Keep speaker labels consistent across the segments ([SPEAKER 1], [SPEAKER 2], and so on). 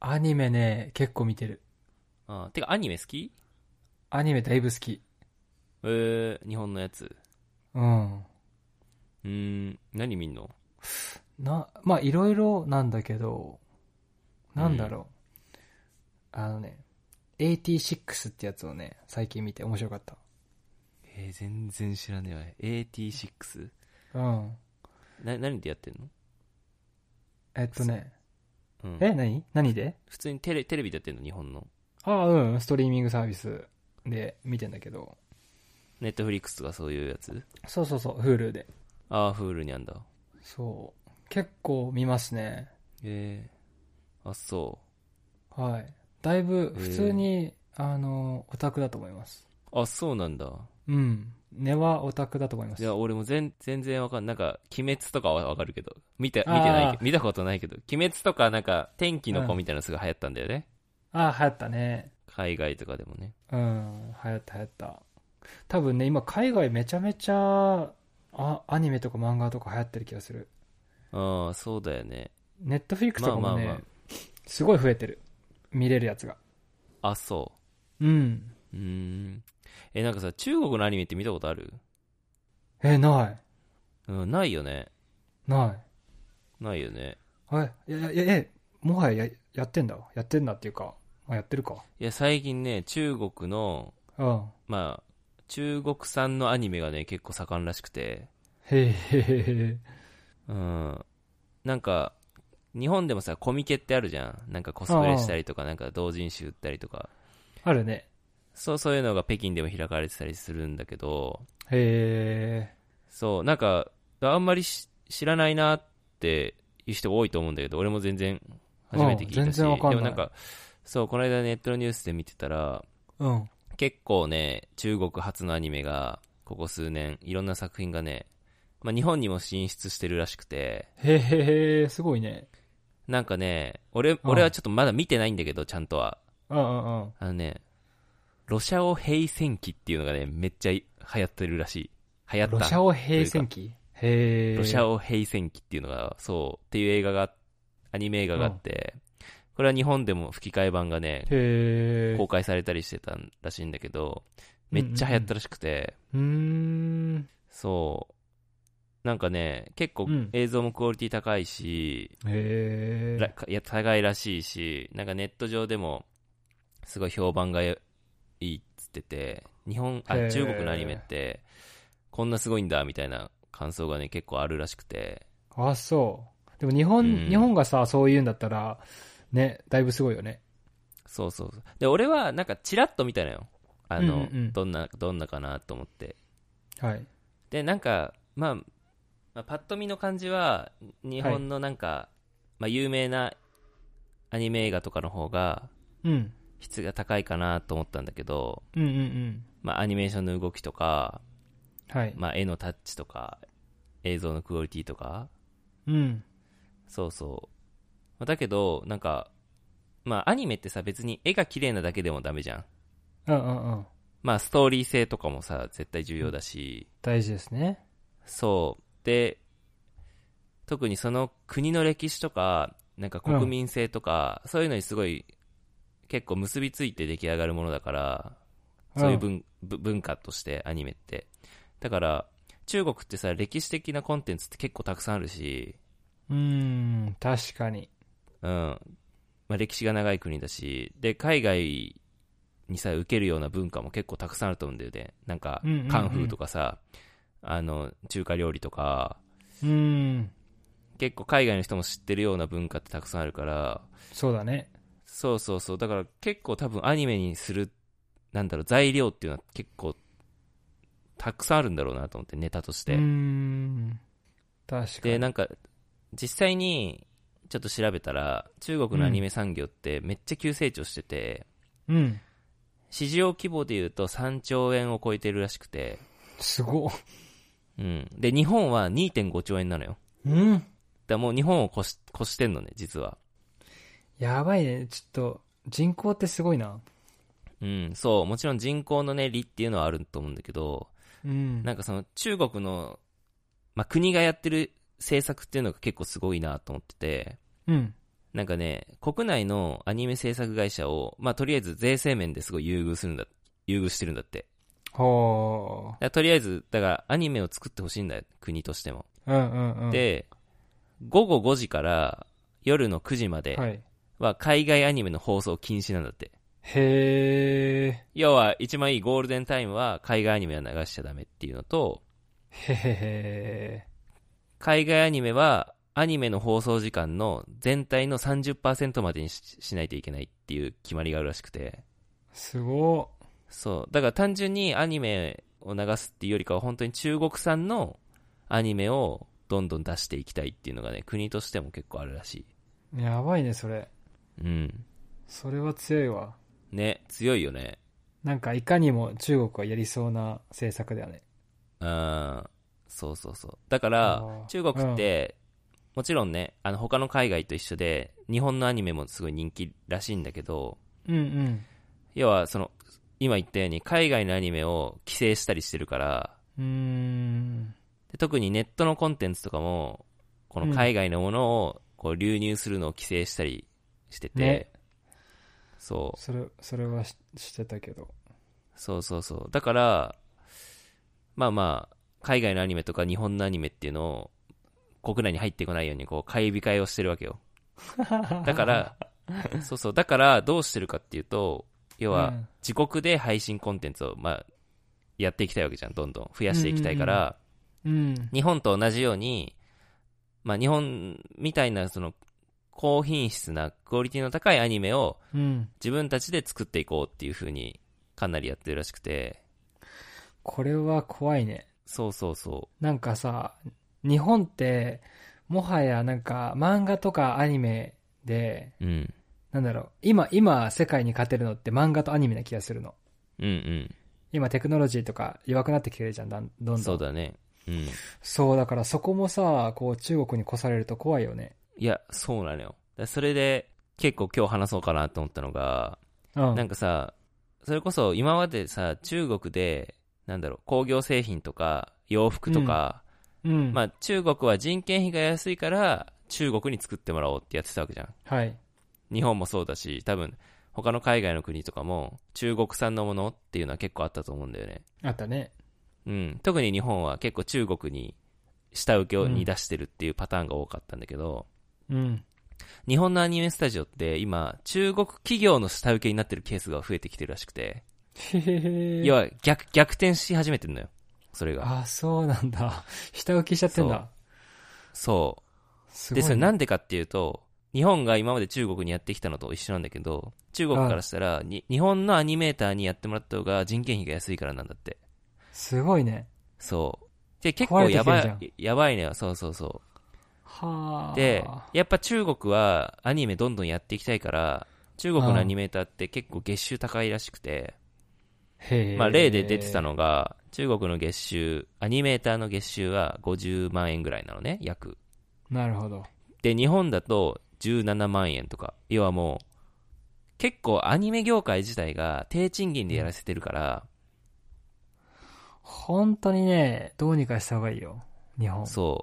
[SPEAKER 1] アニメね、結構見てる。
[SPEAKER 2] てかアニメ好き？
[SPEAKER 1] アニメだいぶ好き。
[SPEAKER 2] 日本のやつ。
[SPEAKER 1] うん。
[SPEAKER 2] 何見んの？
[SPEAKER 1] まあ、いろいろなんだけど、なんだ
[SPEAKER 2] うん。
[SPEAKER 1] ろう。86ってやつをね、最近見て面白かった。
[SPEAKER 2] 全然知らねえわ。86？
[SPEAKER 1] うん。
[SPEAKER 2] 何でやってんの？
[SPEAKER 1] えっとね、
[SPEAKER 2] うん。
[SPEAKER 1] 何で？
[SPEAKER 2] 普通にテレビでやってんの？日本の。
[SPEAKER 1] うん、ストリーミングサービスで見てんだけど。
[SPEAKER 2] ネットフリックスとかそういうやつ？
[SPEAKER 1] そうそうそう、Hulu で。
[SPEAKER 2] フールにあんだ。
[SPEAKER 1] そう。結構見ますね。
[SPEAKER 2] そ
[SPEAKER 1] はい。だいぶ
[SPEAKER 2] う。
[SPEAKER 1] 普通に、オタクだと思います。
[SPEAKER 2] そうなんだ。
[SPEAKER 1] うん。根はオタクだと思いま
[SPEAKER 2] いや、
[SPEAKER 1] す。
[SPEAKER 2] 俺も全然わかんない。なんか、鬼滅とかはわかるけど、見てないけど、
[SPEAKER 1] あ
[SPEAKER 2] 見たことないけど、鬼滅とかなんか、天気
[SPEAKER 1] あ、うん。
[SPEAKER 2] の子みたいなのすごい流行ったんだよね。
[SPEAKER 1] 流行ったね。
[SPEAKER 2] 海外とかでもね。
[SPEAKER 1] うん。流行った流行った。多分ね、今海外めちゃめちゃ、アニメとか漫画とか流行ってる気がする。
[SPEAKER 2] そうだよね。
[SPEAKER 1] ネットフリックス
[SPEAKER 2] ま
[SPEAKER 1] とかもね、
[SPEAKER 2] あまあま
[SPEAKER 1] すごい増えてる。見れるやつが。
[SPEAKER 2] そ
[SPEAKER 1] うん。
[SPEAKER 2] う。なんかさ、中国のアニメって見たことある？
[SPEAKER 1] ない。
[SPEAKER 2] ないよね。
[SPEAKER 1] ない。
[SPEAKER 2] ないよね。
[SPEAKER 1] もはややってんだ。やってんだっていうか、やってるか。
[SPEAKER 2] いや、最近ね、中国の、
[SPEAKER 1] うん。
[SPEAKER 2] まあ、中国産のアニメがね、結構盛んらしくて、
[SPEAKER 1] へへへへ。
[SPEAKER 2] うん。なんか、日本でもさ、コミケってあるじゃん。なんかコスプレし
[SPEAKER 1] あ
[SPEAKER 2] たりとか、なんか同人誌売ったりとか。
[SPEAKER 1] あるね。
[SPEAKER 2] そういうのが北京でも開かれてたりするんだけど、
[SPEAKER 1] へえ。
[SPEAKER 2] そう、なんか、あんまり知らないなっていう人多いと思うんだけど、俺も全然初めて聞い
[SPEAKER 1] 全然わ
[SPEAKER 2] たし、
[SPEAKER 1] かんない。
[SPEAKER 2] でもなんか、そう、この間ネットのニュースで見てたら、
[SPEAKER 1] うん。
[SPEAKER 2] 結構ね、中国発のアニメが、ここ数年、いろんな作品がね、まあ、日本にも進出してるらしくて、
[SPEAKER 1] へへへ、すごいね。
[SPEAKER 2] なんかね、
[SPEAKER 1] うん。
[SPEAKER 2] 俺はちょっとまだ見てないんだけど、ちゃんとは。
[SPEAKER 1] うんうんうん。
[SPEAKER 2] あのね、ロシア語平戦記っていうのがね、めっちゃ流行ってるらしい。流行っ
[SPEAKER 1] ロシ
[SPEAKER 2] た
[SPEAKER 1] ア語平
[SPEAKER 2] というか、
[SPEAKER 1] 戦記。へえ。
[SPEAKER 2] ロシア語平戦記っていうのが、そう、っていうアニメ映画があっ
[SPEAKER 1] うん。
[SPEAKER 2] て、これは日本でも吹き替え版がね、
[SPEAKER 1] へえ。
[SPEAKER 2] 公開されたりしてたらしいんだけど、
[SPEAKER 1] うん
[SPEAKER 2] めっちゃ流行ったらしくて、
[SPEAKER 1] うんうん。
[SPEAKER 2] そう、なんかね、結構
[SPEAKER 1] うん。
[SPEAKER 2] 映像もクオリティ高いし、
[SPEAKER 1] へえ。
[SPEAKER 2] 高いらしいし、なんかネット上でも、すごい評判がいいっつってて、中国のアニメっ
[SPEAKER 1] へえ。
[SPEAKER 2] て、こんなすごいんだ、みたいな感想がね、結構あるらしくて、
[SPEAKER 1] そう。でも
[SPEAKER 2] う
[SPEAKER 1] 日本
[SPEAKER 2] ん。
[SPEAKER 1] がさ、そう言うんだったら、ね、だいぶすごいよね。
[SPEAKER 2] そう。で、俺はなんかチラッと見たのよ。
[SPEAKER 1] うんうん
[SPEAKER 2] どんなかなと思って。
[SPEAKER 1] うん。はい。
[SPEAKER 2] で、なんか、パッと見の感じは、日
[SPEAKER 1] はい。
[SPEAKER 2] 本のなんか、有名なアニメ映画とかの方が、
[SPEAKER 1] うん。
[SPEAKER 2] 質が高いかなと思ったんだけど、
[SPEAKER 1] うんうんうん。
[SPEAKER 2] アニメーションの動きとか、
[SPEAKER 1] はい。
[SPEAKER 2] 絵のタッチとか、映像のクオリティとか、
[SPEAKER 1] うん。
[SPEAKER 2] そうそう。だけど、なんか、アニメってさ、別に絵が綺麗なだけでもダメじゃん。
[SPEAKER 1] うんうんうん。
[SPEAKER 2] ストーリー性とかもさ、絶対重要だし、
[SPEAKER 1] 大事ですね。
[SPEAKER 2] そう。で、特にその国の歴史とか、なんか
[SPEAKER 1] うん。
[SPEAKER 2] 国民性とか、そういうのにすごい結構結びついて出来上がるものだから、そういう
[SPEAKER 1] うん。
[SPEAKER 2] 文化としてアニメって。だから、中国ってさ、歴史的なコンテンツって結構たくさんあるし、
[SPEAKER 1] 確かに。
[SPEAKER 2] うん。歴史が長い国だし、で、海外にさ、受けるような文化も結構たくさんあると思うんだよね。なんか、
[SPEAKER 1] うんう
[SPEAKER 2] カンフー
[SPEAKER 1] ん
[SPEAKER 2] とかさ、中華料理とか、
[SPEAKER 1] うん。
[SPEAKER 2] 結構海外の人も知ってるような文化ってたくさんあるから、
[SPEAKER 1] そうだね。
[SPEAKER 2] そう。だから結構多分アニメにする、なんだろう、材料っていうのは結構たくさんあるんだろうなと思って、ネタとし
[SPEAKER 1] うー
[SPEAKER 2] て。
[SPEAKER 1] ん。確か
[SPEAKER 2] で、な
[SPEAKER 1] に。
[SPEAKER 2] んか、実際に、ちょっと調べたら、中国のアニ
[SPEAKER 1] うん。
[SPEAKER 2] メ産業ってめっちゃ急成長してて、
[SPEAKER 1] うん。
[SPEAKER 2] 市場規模で言うと3兆円を超えてるらしくて、
[SPEAKER 1] すごっ。
[SPEAKER 2] うん。で、日本は2.5兆円なのよ。
[SPEAKER 1] うん。
[SPEAKER 2] だからもう日本を越してんのね、実は。
[SPEAKER 1] やばいね。ちょっと、人口ってすごいな。
[SPEAKER 2] うん、そう。もちろん人口のね、利っていうのはあると思うんだけど、
[SPEAKER 1] うん。
[SPEAKER 2] なんかその中国の、国がやってる政策っていうのが結構すごいなと思ってて、
[SPEAKER 1] うん。
[SPEAKER 2] なんかね、国内のアニメ制作会社を、まあ、とりあえず税制面ですごい優遇してるんだって。
[SPEAKER 1] ほ
[SPEAKER 2] とりあえず、だからアニメを作ってほしいんだよ、国としても。
[SPEAKER 1] う。うんうんうん。
[SPEAKER 2] で、午後5時から夜の9時まで
[SPEAKER 1] はい。
[SPEAKER 2] は海外アニメの放送禁止なんだって。
[SPEAKER 1] へ
[SPEAKER 2] 要は一番いいゴールデンタイムは海外アニメは流しちゃダメっていうのと、
[SPEAKER 1] ー。へへへ
[SPEAKER 2] 海外アニメはアニメの放送時間の全体の 30% までにしないといけないっていう決まりがあるらしくて。
[SPEAKER 1] すご
[SPEAKER 2] そう。だから単純にアニメを流すっていうよりかは本当に中国産のアニメをどんどん出していきたいっていうのがね、国としても結構あるらしい。
[SPEAKER 1] い。やばいね、それ。
[SPEAKER 2] うん。
[SPEAKER 1] それは強いわ。
[SPEAKER 2] ね、強いよね。
[SPEAKER 1] なんかいかにも中国はやりそうな政策だよね。
[SPEAKER 2] そうそうそう。だから
[SPEAKER 1] あー、
[SPEAKER 2] 中国って、もちろんね、他の海外と一緒で、日本のアニメもすごい人気らしいんだけど、
[SPEAKER 1] うんうん
[SPEAKER 2] 要は今言ったように海外のアニメを規制したりしてるから、で特にネットのコンテンツとかも、この海外のものをこう流入するのを規制したりしてて、
[SPEAKER 1] ね、
[SPEAKER 2] そう。
[SPEAKER 1] それはしてたけど。
[SPEAKER 2] そうそうそう。だから、まあまあ、海外のアニメとか日本のアニメっていうのを国内に入ってこないようにこう買い控えをしてるわけよ。だから、そうそう。だからどうしてるかっていうと、要は自国で配信コンテンツをまあやっていきたいわけじゃん。どんどん増やしていきたいから、日本と同じように、まあ日本みたいな高品質なクオリティの高いアニメを自分たちで作っていこうっていう風にかなりやってるらしくて。
[SPEAKER 1] これは怖いね。
[SPEAKER 2] そうそうそう。
[SPEAKER 1] なんかさ、日本ってもはやなんか漫画とかアニメで、なんだろう、今世界に勝てるのって漫画とアニメな気がするの。今テクノロジーとか弱くなってきてるじゃん、どんどん。
[SPEAKER 2] そうだね。
[SPEAKER 1] そう、だからそこもさ、こう中国に越されると怖いよね。
[SPEAKER 2] いや、そうなのよ。それで結構今日話そうかなと思ったのが、なんかさ、それこそ今までさ、中国で、なんだろう、工業製品とか洋服とか、まあ中国は人件費が安いから中国に作ってもらおうってやってたわけじゃん。
[SPEAKER 1] はい。
[SPEAKER 2] 日本もそうだし、多分他の海外の国とかも中国産のものっていうのは結構あったと思うんだよね。
[SPEAKER 1] あったね。
[SPEAKER 2] 特に日本は結構中国に下請けをに出してるっていうパターンが多かったんだけど、日本のアニメスタジオって今中国企業の下請けになってるケースが増えてきてるらしくて、要は逆転し始めてるのよ、それが。
[SPEAKER 1] あ、そうなんだ。下請けしちゃってんだ。
[SPEAKER 2] そう。で、それなんでかっていうと、日本が今まで中国にやってきたのと一緒なんだけど、中国からしたら日本のアニメーターにやってもらった方が人件費が安いからなんだって。
[SPEAKER 1] すごいね。
[SPEAKER 2] そう。で、結構やばいね。そうそうそう。
[SPEAKER 1] はあ。
[SPEAKER 2] で、やっぱ中国はアニメどんどんやっていきたいから、中国のアニメーターって結構月収高いらしくて、まあ例で出てたのが、中国の月収、アニメーターの月収は50万円ぐらいなのね、約。
[SPEAKER 1] なるほど。
[SPEAKER 2] で、日本だと17万円とか、要はもう、結構アニメ業界自体が低賃金でやらせてるから、
[SPEAKER 1] 本当にね、どうにかした方がいいよ、日本。
[SPEAKER 2] そう。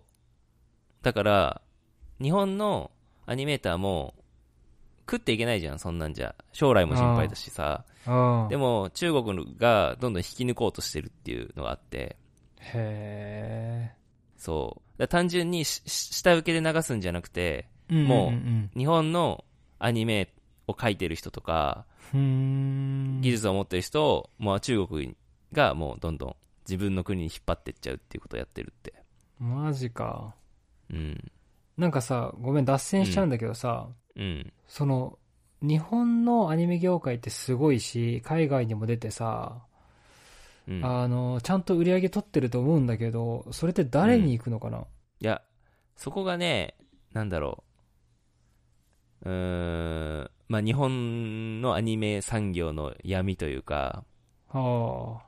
[SPEAKER 2] だから、日本のアニメーターも、食っていけないじゃん、そんなんじゃ。将来も心配だしさ。でも、中国がどんどん引き抜こうとしてるっていうのがあって。
[SPEAKER 1] へー。
[SPEAKER 2] そう。単純に下請けで流すんじゃなくて、もう、日本のアニメを描いてる人とか、技術を持ってる人を、もう中国がもうどんどん自分の国に引っ張ってっちゃうっていうことをやってるって。
[SPEAKER 1] マジか。なんかさ、ごめん、脱線しちゃうんだけどさ、日本のアニメ業界ってすごいし、海外にも出てさ、ちゃんと売り上げ取ってると思うんだけど、それって誰に行くのかな？
[SPEAKER 2] いや、そこがね、なんだろう。まあ、日本のアニメ産業の闇というか、そう、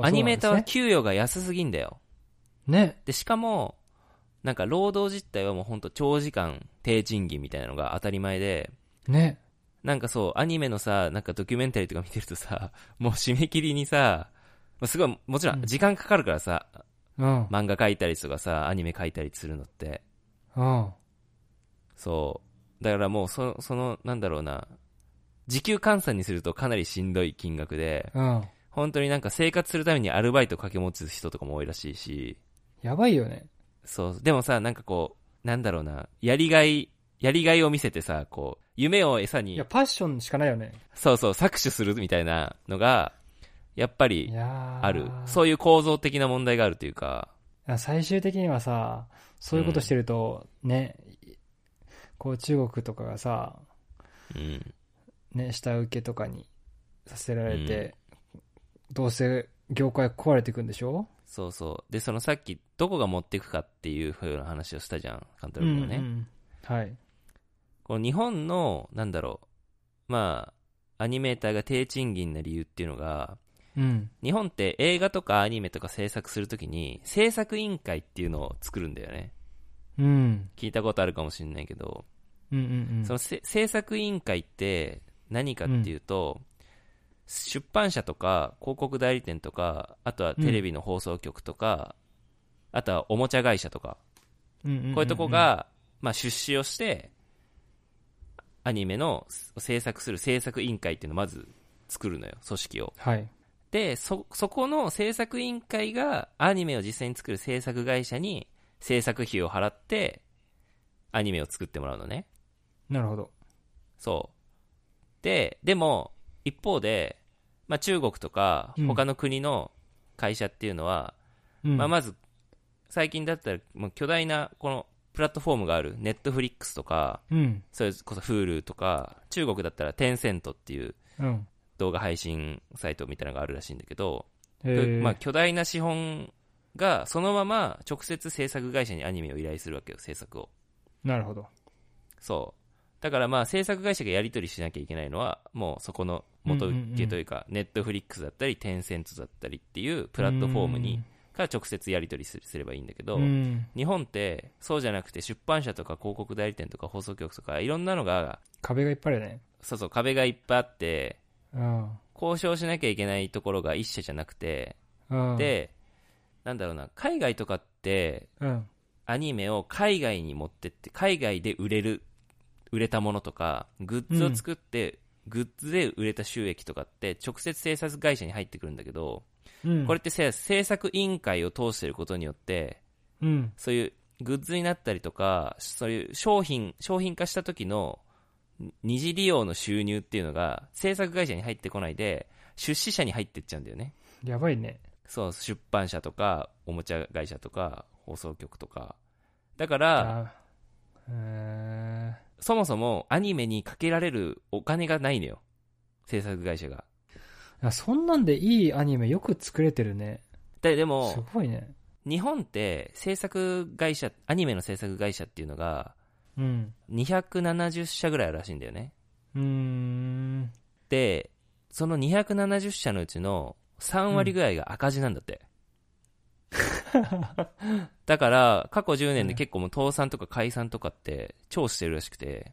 [SPEAKER 2] アニメーターは給与が安すぎんだよ。
[SPEAKER 1] ね。
[SPEAKER 2] で、しかも、なんか労働実態はもうほんと長時間低賃金みたいなのが当たり前で、
[SPEAKER 1] ね。
[SPEAKER 2] なんかそう、アニメのさ、なんかドキュメンタリーとか見てるとさ、もう締め切りにさ、すごい、もちろん時間かかるからさ、漫画描いたりとかさ、アニメ描いたりするのって。そう。 だからもうその、なんだろうな、時給換算にするとかなりしんどい金額で、
[SPEAKER 1] うん。
[SPEAKER 2] 本当になんか生活するためにアルバイト掛け持つ人とかも多いらしいし、
[SPEAKER 1] やばいよね。
[SPEAKER 2] そう、でもさ、なんかこう、なんだろうな、やりがいを見せてさ、こう、夢を餌に、
[SPEAKER 1] いや、パッションしかないよね。
[SPEAKER 2] そうそう、搾取するみたいなのが、やっぱ
[SPEAKER 1] い
[SPEAKER 2] り
[SPEAKER 1] や
[SPEAKER 2] ある。そういう構造的な問題があるというか、
[SPEAKER 1] 最終的にはさ、そういうことしてると、ね、こう中国とかがさ、
[SPEAKER 2] うん。
[SPEAKER 1] ね、下請けとかにさせられて、どうせ業界壊れていくんでしょ？
[SPEAKER 2] そうそう。で、そのさっき、どこが持っていくかっていう風な話をしたじゃん、カンタロウ君はね。
[SPEAKER 1] うんうん、はい。
[SPEAKER 2] この日本の、なんだろう、まあ、アニメーターが低賃金な理由っていうのが、
[SPEAKER 1] うん。
[SPEAKER 2] 日本って映画とかアニメとか制作するときに、制作委員会っていうのを作るんだよね。
[SPEAKER 1] うん。
[SPEAKER 2] 聞いたことあるかもしれないけど、
[SPEAKER 1] うんうんうん。
[SPEAKER 2] その制作委員会って何かっていうと、出版社とか広告代理店とか、あとはテレビの放送局とか、あとはおもちゃ会社とか、
[SPEAKER 1] うんうんうんうん、
[SPEAKER 2] こういうとこが、まあ、出資をしてアニメの制作する制作委員会っていうのをまず作るのよ、組織を。
[SPEAKER 1] はい。
[SPEAKER 2] で、そこの制作委員会がアニメを実際に作る制作会社に制作費を払ってアニメを作ってもらうのね。
[SPEAKER 1] なるほど。
[SPEAKER 2] そう。でも一方で、まあ、中国とか他の国の会社っていうのは、まあ、まず最近だったらもう巨大なこのプラットフォームがあるネットフリックスとか、それこそ Hulu とか、中国だったらテンセントっていう動画配信サイトみたいなのがあるらしいんだけど、まあ、巨大な資本がそのまま直接制作会社にアニメを依頼するわけよ、制作を。
[SPEAKER 1] なるほど。
[SPEAKER 2] そうだからまあ制作会社がやり取りしなきゃいけないのはもうそこの元請けというか、ネットフリックスだったりテンセントだったりっていうプラットフォームにから直接やり取りすればいいんだけど、日本ってそうじゃなくて出版社とか広告代理店とか放送局とかいろんなのが
[SPEAKER 1] 壁がいっぱいあるね。
[SPEAKER 2] そうそう壁がいっぱいあって、交渉しなきゃいけないところが一社じゃなくて、でなんだろうな、海外とかって、アニメを海外に持ってって海外で売れたものとかグッズを作って、グッズで売れた収益とかって直接制作会社に入ってくるんだけど、これって制作委員会を通していることによって、そういうグッズになったりとかそういう商品化した時の二次利用の収入っていうのが制作会社に入ってこないで出資者に入ってっちゃうんだよね。
[SPEAKER 1] やばいね。
[SPEAKER 2] そう、出版社とかおもちゃ会社とか放送局とかだから、そもそもアニメにかけられるお金がないのよ、制作会社が。
[SPEAKER 1] そんなんでいいアニメよく作れてるね。
[SPEAKER 2] でも
[SPEAKER 1] すごいね。
[SPEAKER 2] 日本ってアニメの制作会社っていうのが270社ぐらいあるらしいんだよね。でその270社のうちの3割ぐらいが赤字なんだって、だから過去10年で結構もう倒産とか解散とかって超してるらしくて、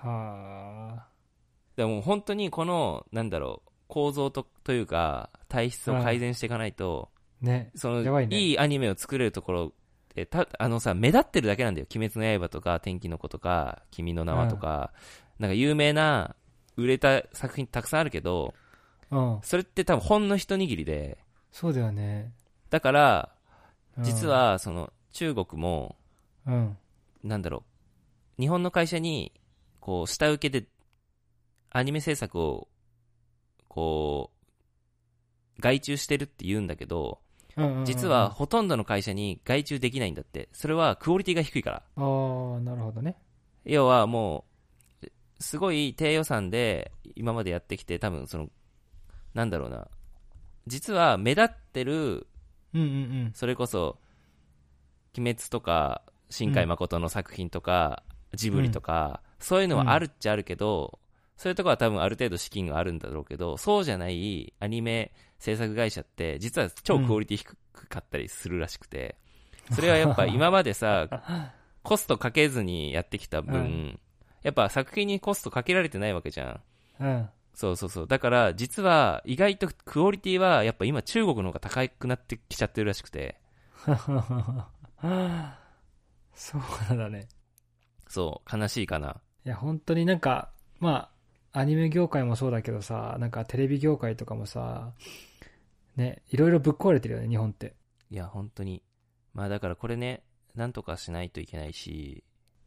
[SPEAKER 2] でも本当にこのなんだろう構造というか体質を改善していかないと、そのいいアニメを作れるところって目立ってるだけなんだよ。鬼滅の刃とか天気の子とか君の名はとか、なんか有名な売れた作品たくさんあるけど、それって多分ほんの一握りで。
[SPEAKER 1] そうだよね。
[SPEAKER 2] だから実はその中国も、なんだろう、日本の会社にこう下請けでアニメ制作をこう外注してるって言うんだけど、実はほとんどの会社に外注できないんだって。それはクオリティが低いから。
[SPEAKER 1] なるほどね。
[SPEAKER 2] 要はもうすごい低予算で今までやってきて、多分そのなんだろうな、実は目立ってる、それこそ鬼滅とか新海誠の作品とか、ジブリとか、そういうのはあるっちゃあるけど、そういうところは多分ある程度資金があるんだろうけど、そうじゃないアニメ制作会社って実は超クオリティ低かったりするらしくて、それはやっぱ今までさコストかけずにやってきた分、やっぱ作品にコストかけられてないわけじゃん。そうそうそう。だから実は意外とクオリティはやっぱ今中国の方が高くなってきちゃってるらしくて
[SPEAKER 1] そうなんだね。
[SPEAKER 2] そう、悲しいかな。
[SPEAKER 1] いや、本当になんか、まあ、アニメ業界もそうだけどさ、なんかテレビ業界とかもさ、ね、いろいろぶっ壊れてるよね、日本って。
[SPEAKER 2] いや、本当に。まあだからこれね、なんとかしないといけないし、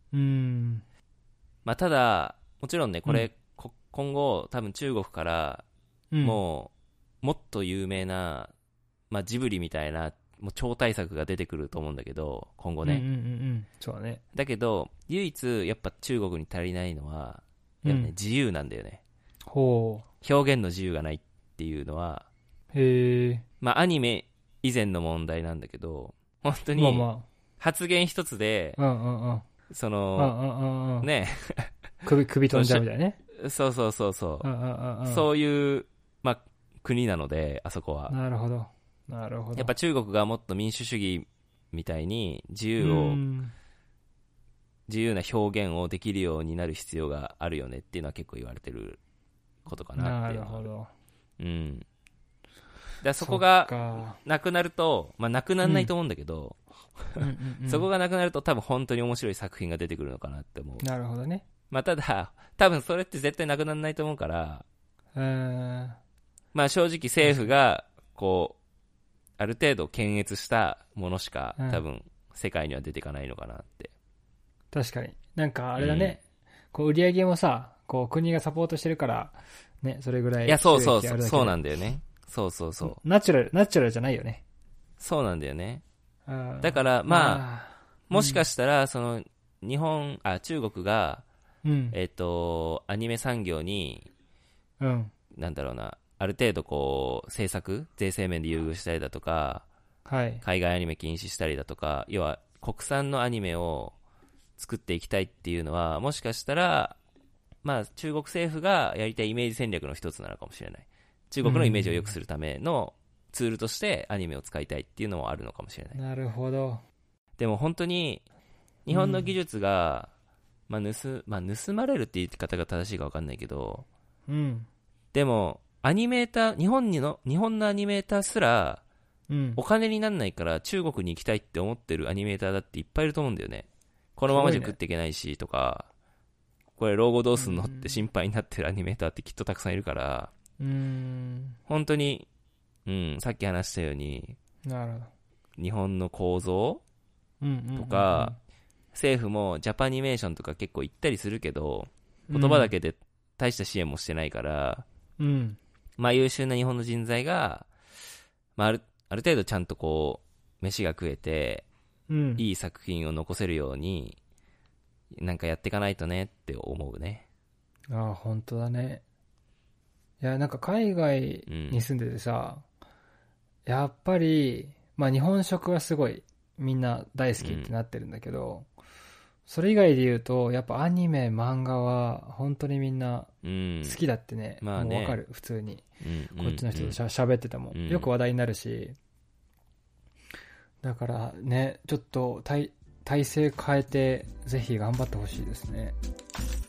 [SPEAKER 2] まあただ、もちろんね、これ、今後、多分中国から、もっと有名な、まあジブリみたいな、もう超大作が出てくると思うんだけど、今後ね。
[SPEAKER 1] そうだね。
[SPEAKER 2] だけど、唯一、やっぱ中国に足りないのは、やっぱね、自由なんだよね。
[SPEAKER 1] ほ
[SPEAKER 2] う。表現の自由がないっていうのは、
[SPEAKER 1] へえ。
[SPEAKER 2] まあアニメ以前の問題なんだけど、本当に、発言一つで、その、ね、
[SPEAKER 1] 首飛んじゃうみたいね。
[SPEAKER 2] そうそうそうそう。そういう、まあ、国なので、あそこは。
[SPEAKER 1] なるほど。なるほど。
[SPEAKER 2] やっぱ中国がもっと民主主義みたいに自由な表現をできるようになる必要があるよねっていうのは結構言われてることかなっていう。
[SPEAKER 1] なるほど。
[SPEAKER 2] うん。だそこがなくなると、まあなくならないと思うんだけど、そこがなくなると多分本当に面白い作品が出てくるのかなって思う。
[SPEAKER 1] なるほどね。
[SPEAKER 2] まあただ、多分それって絶対なくならないと思うから、まあ正直政府が、こう、ある程度検閲したものしか、多分世界には出ていかないのかなって。
[SPEAKER 1] 確かに。なんかあれだね。こう売り上げもさ、こう国がサポートしてるから、ね、それぐらい。
[SPEAKER 2] いや、そうそうそう、そうなんだよね。そうそうそう。
[SPEAKER 1] ナチュラルじゃないよね。
[SPEAKER 2] そうなんだよね。だから、まあ、もしかしたら、その、中国が、アニメ産業に、なんだろうな、ある程度こう、税制面で優遇したりだとか、海外アニメ禁止したりだとか、要は国産のアニメを作っていきたいっていうのは、もしかしたら、まあ中国政府がやりたいイメージ戦略の一つなのかもしれない。中国のイメージを良くするためのツールとしてアニメを使いたいっていうのもあるのかもしれない。
[SPEAKER 1] なるほど。
[SPEAKER 2] でも本当に、日本の技術が、盗まれるって言い方が正しいか分かんないけど、でも、日本のアニメーターすら、お金になんないから中国に行きたいって思ってるアニメーターだっていっぱいいると思うんだよね。このままじゃ食っていけないしとか、これ老後どうすんのって心配になってるアニメーターってきっとたくさんいるから、本当に、さっき話したように、
[SPEAKER 1] なるほど。
[SPEAKER 2] 日本の構造とか、政府もジャパニメーションとか結構言ったりするけど、言葉だけで大した支援もしてないから、まあ優秀な日本の人材が、まあある程度ちゃんとこう、飯が食えて、いい作品を残せるように、なんかやっていかないとねって思うね。
[SPEAKER 1] ああ、本当だね。いや、なんか海外に住んでてさ、やっぱり、まあ日本食はすごいみんな大好きってなってるんだけど、それ以外で言うと、やっぱアニメ、漫画は本当にみんな好きだってね、もうわかる、普通に。こっちの人と喋ってても、よく話題になるし、だからね、ちょっと体制変えて、ぜひ頑張ってほしいですね。